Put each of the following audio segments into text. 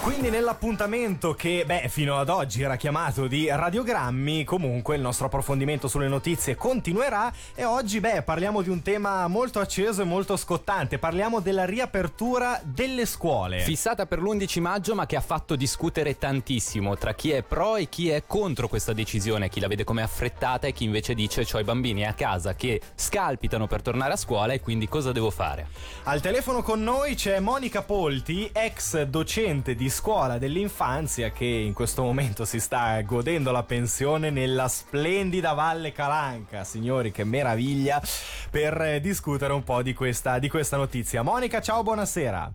Quindi nell'appuntamento che fino ad oggi era chiamato di radiogrammi, comunque il nostro approfondimento sulle notizie continuerà e oggi parliamo di un tema molto acceso e molto scottante. Parliamo della riapertura delle scuole. Fissata per l'11 maggio, ma che ha fatto discutere tantissimo tra chi è pro e chi è contro questa decisione, chi la vede come affrettata e chi invece dice c'ho i bambini a casa che scalpitano per tornare a scuola e quindi cosa devo fare? Al telefono con noi c'è Monica Polti, ex docente di scuola dell'infanzia, che in questo momento si sta godendo la pensione nella splendida Valle Calanca. Signori, che meraviglia, per discutere un po' di questa notizia. Monica, ciao, buonasera.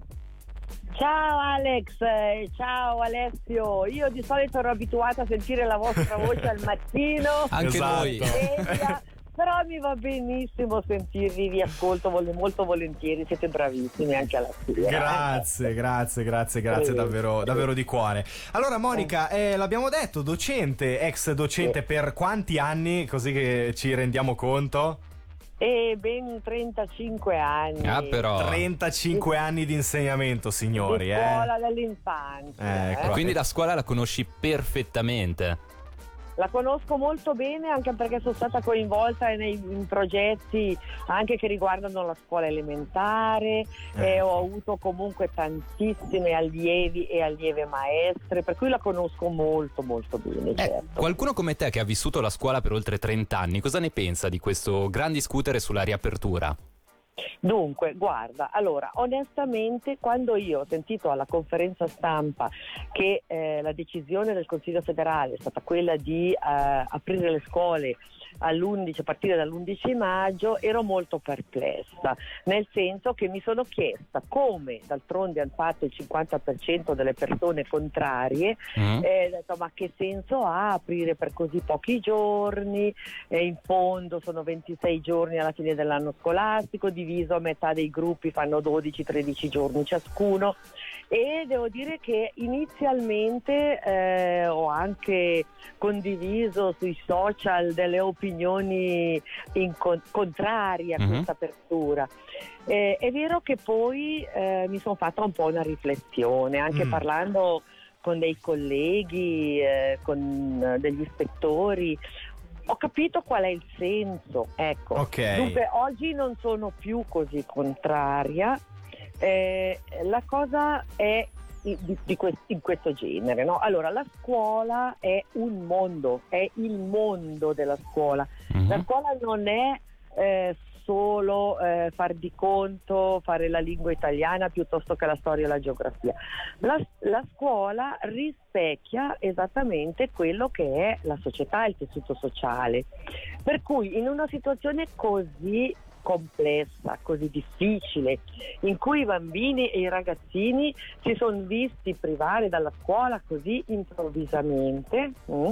Ciao Alex, ciao Alessio. Io di solito ero abituata a sentire la vostra voce al mattino. Anche noi. Però mi va benissimo sentirvi, vi ascolto molto volentieri, siete bravissimi anche alla sera. Grazie davvero di cuore. Allora Monica, l'abbiamo detto, ex docente per quanti anni, così che ci rendiamo conto? Ben 35 anni. Ah, però 35 anni di insegnamento, signori. Di scuola dell'infanzia. Ecco. Quindi la scuola la conosci perfettamente. La conosco molto bene, anche perché sono stata coinvolta in progetti anche che riguardano la scuola elementare, ho avuto comunque tantissime allievi e allieve maestre, per cui la conosco molto bene, certo. Qualcuno come te che ha vissuto la scuola per oltre 30 anni, cosa ne pensa di questo gran discutere sulla riapertura? Dunque, guarda, allora, onestamente, quando io ho sentito alla conferenza stampa che la decisione del Consiglio federale è stata quella di aprire le scuole a partire dall'11 maggio, ero molto perplessa, nel senso che mi sono chiesta come d'altronde hanno fatto il 50% delle persone contrarie, ho detto, ma che senso ha aprire per così pochi giorni, in fondo sono 26 giorni alla fine dell'anno scolastico, diviso a metà dei gruppi fanno 12-13 giorni ciascuno, e devo dire che inizialmente ho anche condiviso sui social delle opinioni contrarie a questa apertura. È vero che poi mi sono fatta un po' una riflessione, anche parlando con dei colleghi, con degli ispettori, ho capito qual è il senso, ecco. Okay. Dunque oggi non sono più così contraria. La cosa è in questo genere, no? Allora, la scuola è un mondo, è il mondo della scuola. La scuola non è solo far di conto, fare la lingua italiana piuttosto che la storia e la geografia. La scuola rispecchia esattamente quello che è la società, il tessuto sociale. Per cui in una situazione così complessa, così difficile, in cui i bambini e i ragazzini si sono visti privare dalla scuola così improvvisamente,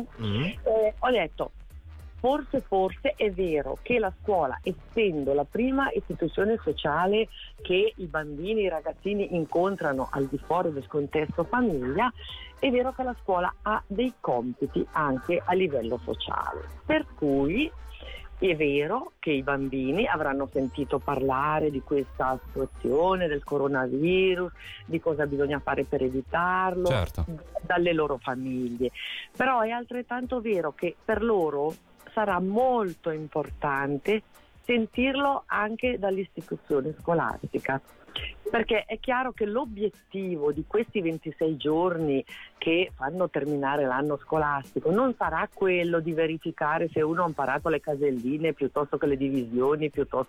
ho detto forse è vero che la scuola, essendo la prima istituzione sociale che i bambini e i ragazzini incontrano al di fuori del contesto famiglia, è vero che la scuola ha dei compiti anche a livello sociale, per cui è vero che i bambini avranno sentito parlare di questa situazione del coronavirus, di cosa bisogna fare per evitarlo, certo, dalle loro famiglie, però è altrettanto vero che per loro sarà molto importante sentirlo anche dall'istituzione scolastica, perché è chiaro che l'obiettivo di questi 26 giorni che fanno terminare l'anno scolastico non sarà quello di verificare se uno ha imparato le caselline piuttosto che le divisioni,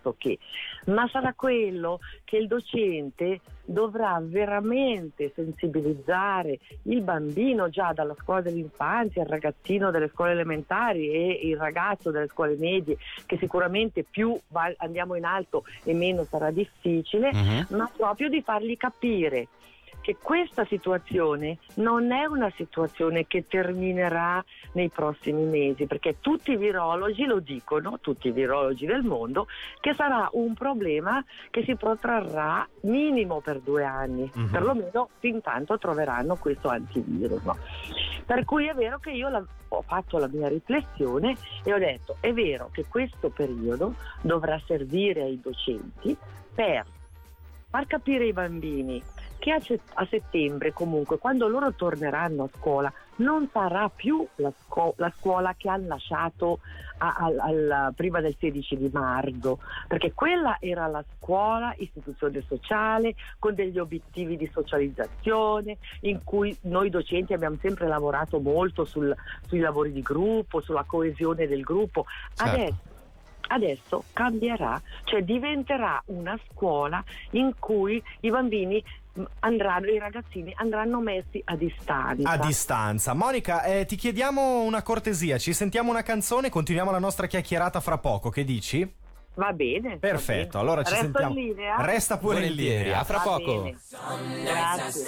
ma sarà quello che il docente dovrà veramente sensibilizzare il bambino già dalla scuola dell'infanzia, il ragazzino delle scuole elementari e il ragazzo delle scuole medie, che sicuramente più andiamo in alto e meno sarà difficile, ma proprio di fargli capire che questa situazione non è una situazione che terminerà nei prossimi mesi, perché tutti i virologi lo dicono, tutti i virologi del mondo, che sarà un problema che si protrarrà minimo per 2 anni, perlomeno fin tanto troveranno questo antivirus, no? Per cui è vero che io ho fatto la mia riflessione e ho detto, è vero che questo periodo dovrà servire ai docenti per far capire ai bambini che a settembre comunque, quando loro torneranno a scuola, non sarà più la scuola che hanno lasciato prima del 16 di marzo, perché quella era la scuola, istituzione sociale, con degli obiettivi di socializzazione, in cui noi docenti abbiamo sempre lavorato molto sui lavori di gruppo, sulla coesione del gruppo. Certo. Adesso cambierà, cioè diventerà una scuola in cui i bambini i ragazzini andranno messi a distanza. A distanza. Monica, ti chiediamo una cortesia, ci sentiamo una canzone e continuiamo la nostra chiacchierata fra poco, che dici? Va bene. Perfetto, allora ci Resto sentiamo. in linea? Resta pure in linea. A fra poco. Bene. Grazie.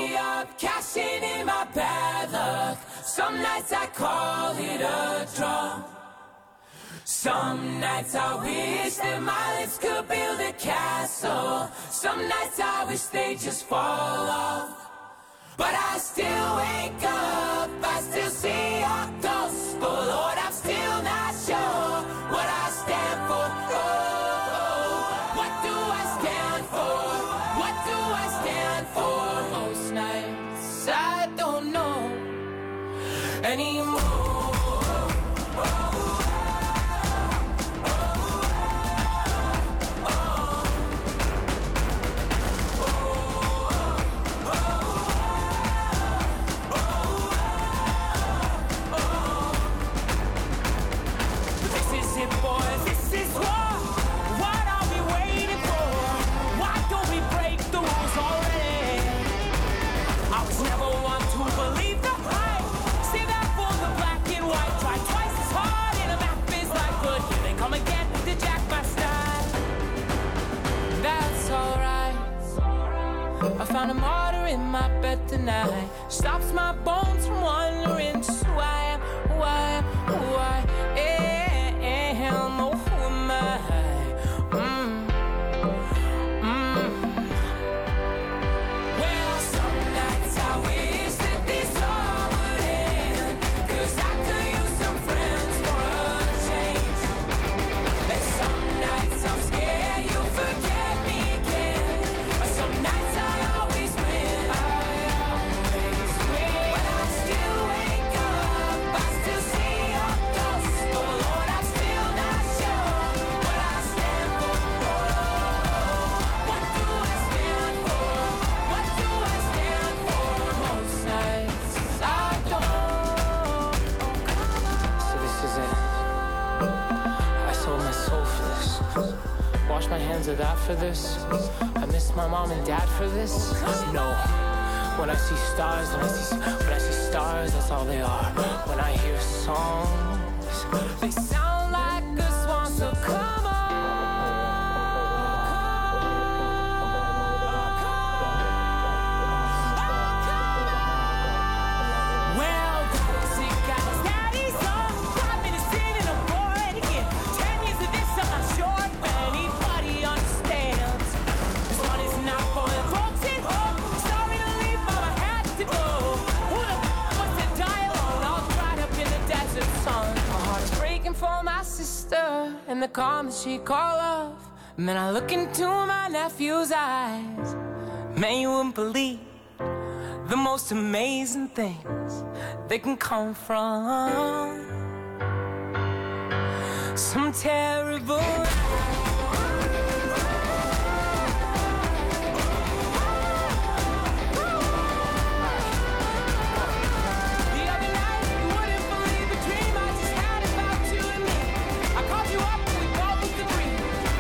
Ciao. Some nights I wish that my lips could build a castle. Some nights I wish they just fall off. But I still wake up, I still see your ghost. Oh Lord, I'm still not sure what I stand for. Oh, what do I stand for? What do I stand for? Most nights I don't know anymore. Found a martyr in my bed tonight. Stops my bones from wandering. Just who I am, who I am, who I am. Oh, who am I? Well, some nights I wish that this all would end, 'cause I could use some friends for a change. And some nights I'm scared you'll forget me again. Some nights I always win. But I still wake up, I still see your ghost. Oh Lord, I'm still not sure what I stand for. What do I stand for? What do I stand for? Most nights I don't. So this is it. I sold my soul for this. Wash my hands of that for this. I miss my mom and dad for this. No. When I see stars, when I see stars, that's all they are. When I hear songs, they sound like a swan. So come on. Well, see guys, daddy's on. 5 minutes in and I'm bored again. 10 years of this, I'm not sure if anybody understands. This one is not for the folks at home. Sorry to leave, but I had to go. Who the wants to die alone, all dried up in the desert sun? My heart is breaking for my sister and the calm that she call love. And then I look into my nephew's eyes. Man, you wouldn't believe the most amazing things they can come from some terrible. The other night, you wouldn't believe the dream I just had about you and me. I called you up and we both agreed.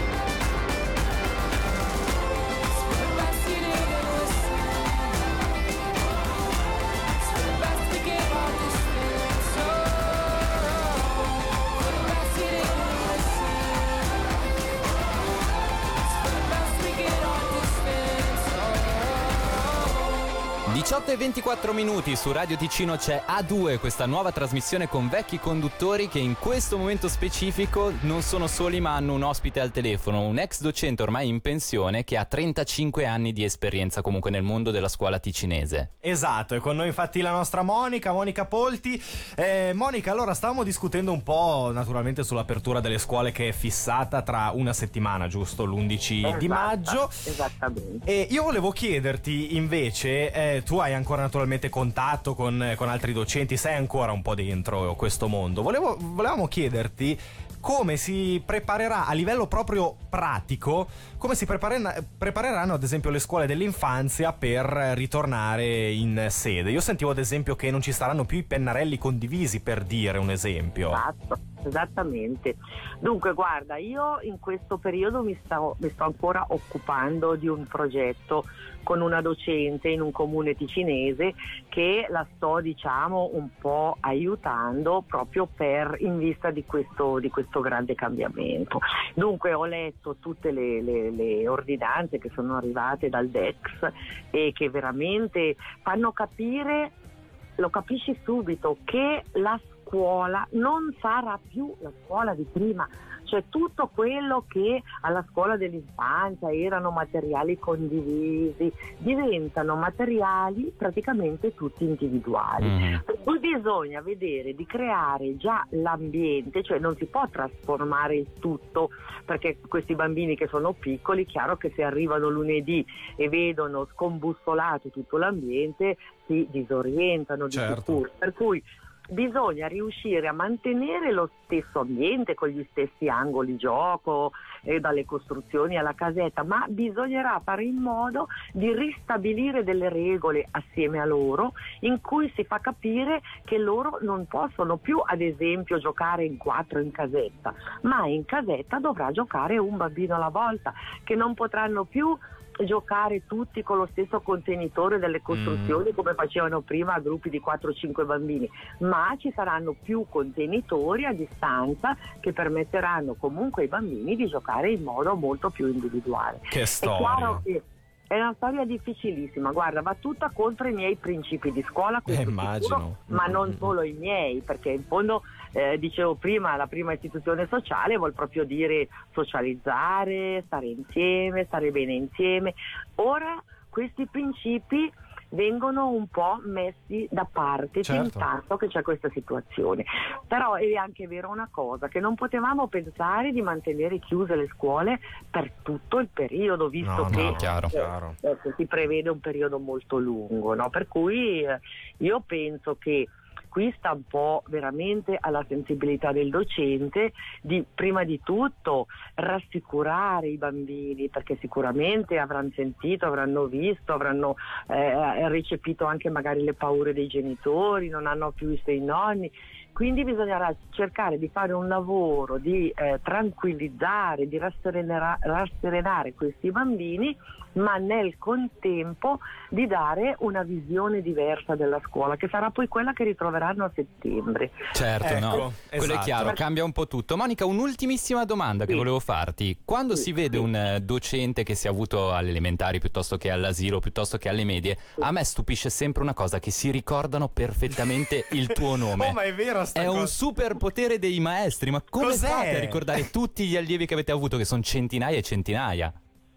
It's for the best you didn't listen. It's for the best to give all this feeling. So, for the best you didn't listen. 18:24 su Radio Ticino c'è A2, questa nuova trasmissione con vecchi conduttori che in questo momento specifico non sono soli ma hanno un ospite al telefono, un ex docente ormai in pensione che ha 35 anni di esperienza comunque nel mondo della scuola ticinese. Esatto, e con noi infatti la nostra Monica Polti. Monica, allora stavamo discutendo un po' naturalmente sull'apertura delle scuole che è fissata tra una settimana, giusto? L'11 di maggio. Esattamente. E io volevo chiederti invece, tu hai ancora naturalmente contatto con altri docenti, sei ancora un po' dentro questo mondo. Volevamo chiederti come si preparerà a livello proprio pratico, come si prepareranno ad esempio le scuole dell'infanzia per ritornare in sede. Sto sentivo ad esempio che non ci saranno più i pennarelli condivisi, per dire un esempio. Esatto, esattamente. Dunque guarda, io in questo periodo mi sto ancora occupando di un progetto con una docente in un comune ticinese che la sto un po' aiutando proprio in vista di questo grande cambiamento. Dunque ho letto tutte le ordinanze che sono arrivate dal DEX e che veramente fanno capire, lo capisci subito, che la scuola non sarà più la scuola di prima, cioè tutto quello che alla scuola dell'infanzia erano materiali condivisi diventano materiali praticamente tutti individuali. Per cui bisogna vedere di creare già l'ambiente, cioè non si può trasformare il tutto, perché questi bambini che sono piccoli, chiaro che se arrivano lunedì e vedono scombussolato tutto l'ambiente si disorientano di sicuro, per cui bisogna riuscire a mantenere lo stesso ambiente con gli stessi angoli gioco, dalle costruzioni alla casetta, ma bisognerà fare in modo di ristabilire delle regole assieme a loro in cui si fa capire che loro non possono più ad esempio giocare in 4 in casetta, ma in casetta dovrà giocare un bambino alla volta, che non potranno più giocare tutti con lo stesso contenitore delle costruzioni come facevano prima a gruppi di 4-5 bambini, ma ci saranno più contenitori a distanza che permetteranno comunque ai bambini di giocare in modo molto più individuale. Che storia! È chiaro che è una storia difficilissima, guarda, va tutta contro i miei principi di scuola, immagino. Sicuro, ma non solo i miei, perché in fondo dicevo prima, la prima istituzione sociale vuol proprio dire socializzare, stare insieme, stare bene insieme. Ora questi principi vengono un po' messi da parte, fin tanto che c'è questa situazione. Però è anche vero una cosa, che non potevamo pensare di mantenere chiuse le scuole per tutto il periodo, visto che chiaro. Si prevede un periodo molto lungo, no? Per cui io penso che qui sta un po' veramente alla sensibilità del docente di prima di tutto rassicurare i bambini, perché sicuramente avranno sentito, avranno visto, avranno recepito anche magari le paure dei genitori, non hanno più visto i nonni. Quindi bisognerà cercare di fare un lavoro di tranquillizzare, di rasserenare questi bambini, ma nel contempo di dare una visione diversa della scuola, che sarà poi quella che ritroveranno a settembre. Certo, ecco, no, quello è chiaro, cambia un po' tutto. Monica, un'ultimissima domanda che volevo farti. Quando si vede un docente che si è avuto alle elementari piuttosto che all'asilo, piuttosto che alle medie, a me stupisce sempre una cosa, che si ricordano perfettamente il tuo nome. Oh, ma è vero sta cosa. Un superpotere dei maestri, ma come fate a ricordare tutti gli allievi che avete avuto, che sono centinaia e centinaia?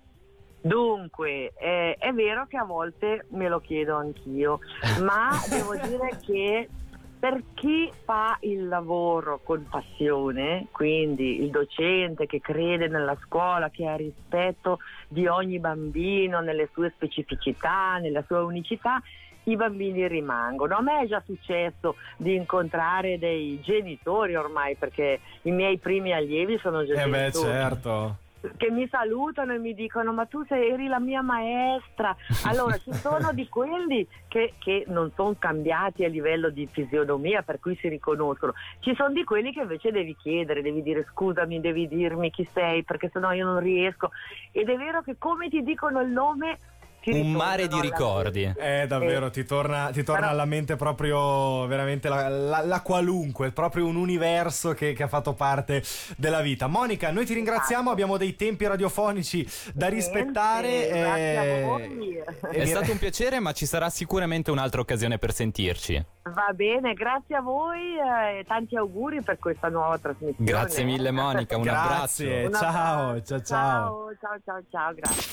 Dunque, è vero che a volte me lo chiedo anch'io, ma devo dire che per chi fa il lavoro con passione, quindi il docente che crede nella scuola, che ha rispetto di ogni bambino, nelle sue specificità, nella sua unicità, i bambini rimangono. A me è già successo di incontrare dei genitori ormai, perché i miei primi allievi sono già genitori. Certo. Che mi salutano e mi dicono: ma tu eri la mia maestra. Allora ci sono di quelli che non sono cambiati a livello di fisionomia, per cui si riconoscono. Ci sono di quelli che invece devi chiedere, devi dire: scusami, devi dirmi chi sei, perché sennò io non riesco. Ed è vero che come ti dicono il nome Un mare di ricordi. Davvero, ti torna alla mente proprio veramente la qualunque, proprio un universo che ha fatto parte della vita. Monica, noi ti ringraziamo, abbiamo dei tempi radiofonici da rispettare. Grazie a voi. È stato un piacere, ma ci sarà sicuramente un'altra occasione per sentirci. Va bene, grazie a voi e tanti auguri per questa nuova trasmissione. Grazie mille Monica, un abbraccio. Grazie, ciao, ciao. Ciao, grazie.